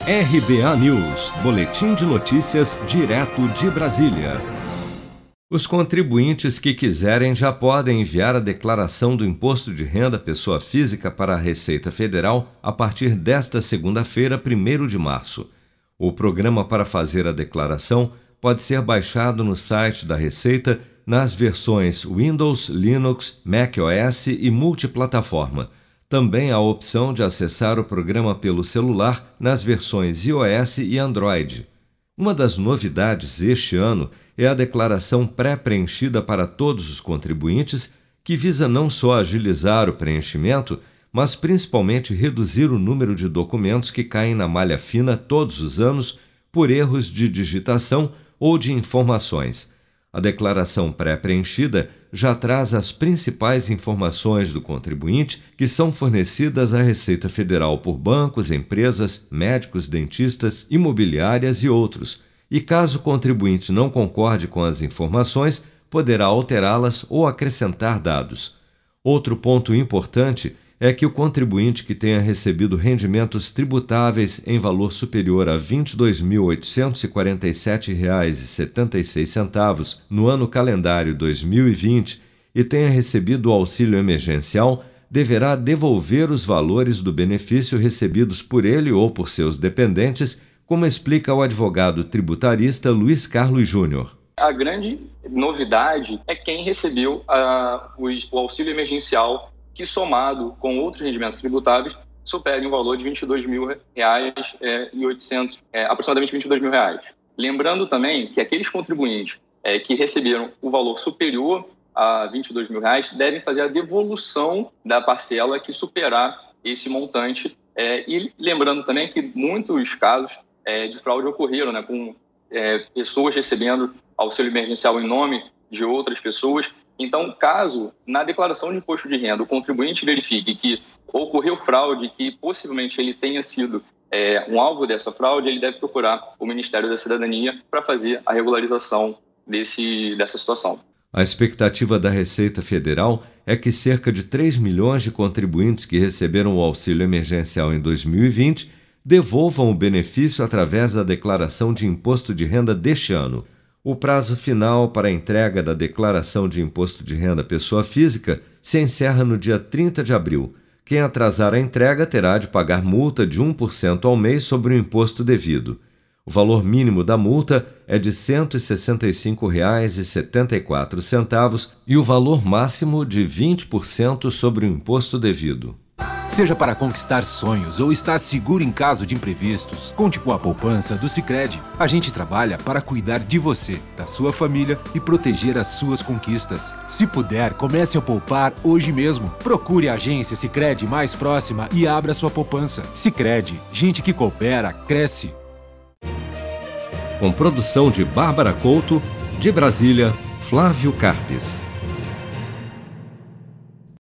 RBA News, boletim de notícias direto de Brasília. Os contribuintes que quiserem já podem enviar a declaração do Imposto de Renda Pessoa Física para a Receita Federal a partir desta segunda-feira, 1º de março. O programa para fazer a declaração pode ser baixado no site da Receita nas versões Windows, Linux, macOS e multiplataforma. Também há a opção de acessar o programa pelo celular nas versões iOS e Android. Uma das novidades este ano é a declaração pré-preenchida para todos os contribuintes, que visa não só agilizar o preenchimento, mas principalmente reduzir o número de documentos que caem na malha fina todos os anos por erros de digitação ou de informações. A declaração pré-preenchida já traz as principais informações do contribuinte que são fornecidas à Receita Federal por bancos, empresas, médicos, dentistas, imobiliárias e outros. E caso o contribuinte não concorde com as informações, poderá alterá-las ou acrescentar dados. Outro ponto importante é que o contribuinte que tenha recebido rendimentos tributáveis em valor superior a R$ 22.847,76 no ano calendário 2020 e tenha recebido o auxílio emergencial, deverá devolver os valores do benefício recebidos por ele ou por seus dependentes, como explica o advogado tributarista Luiz Carlos Júnior. A grande novidade é quem recebeu o auxílio emergencial, que somado com outros rendimentos tributáveis, superem o valor de R$ 22.800, aproximadamente R$ 22.000. Lembrando também que aqueles contribuintes que receberam o valor superior a R$ 22.000 devem fazer a devolução da parcela que superar esse montante. E lembrando também que muitos casos de fraude ocorreram, com pessoas recebendo auxílio emergencial em nome de outras pessoas. Então, caso na declaração de imposto de renda o contribuinte verifique que ocorreu fraude, que possivelmente ele tenha sido um alvo dessa fraude, ele deve procurar o Ministério da Cidadania para fazer a regularização dessa situação. A expectativa da Receita Federal é que cerca de 3 milhões de contribuintes que receberam o auxílio emergencial em 2020 devolvam o benefício através da declaração de imposto de renda deste ano. O prazo final para a entrega da declaração de imposto de renda pessoa física se encerra no dia 30 de abril. Quem atrasar a entrega terá de pagar multa de 1% ao mês sobre o imposto devido. O valor mínimo da multa é de R$ 165,74 e o valor máximo de 20% sobre o imposto devido. Seja para conquistar sonhos ou estar seguro em caso de imprevistos, conte com a poupança do Sicredi. A gente trabalha para cuidar de você, da sua família e proteger as suas conquistas. Se puder, comece a poupar hoje mesmo. Procure a agência Sicredi mais próxima e abra sua poupança. Sicredi, gente que coopera, cresce. Com produção de Bárbara Couto, de Brasília, Flávio Carpes.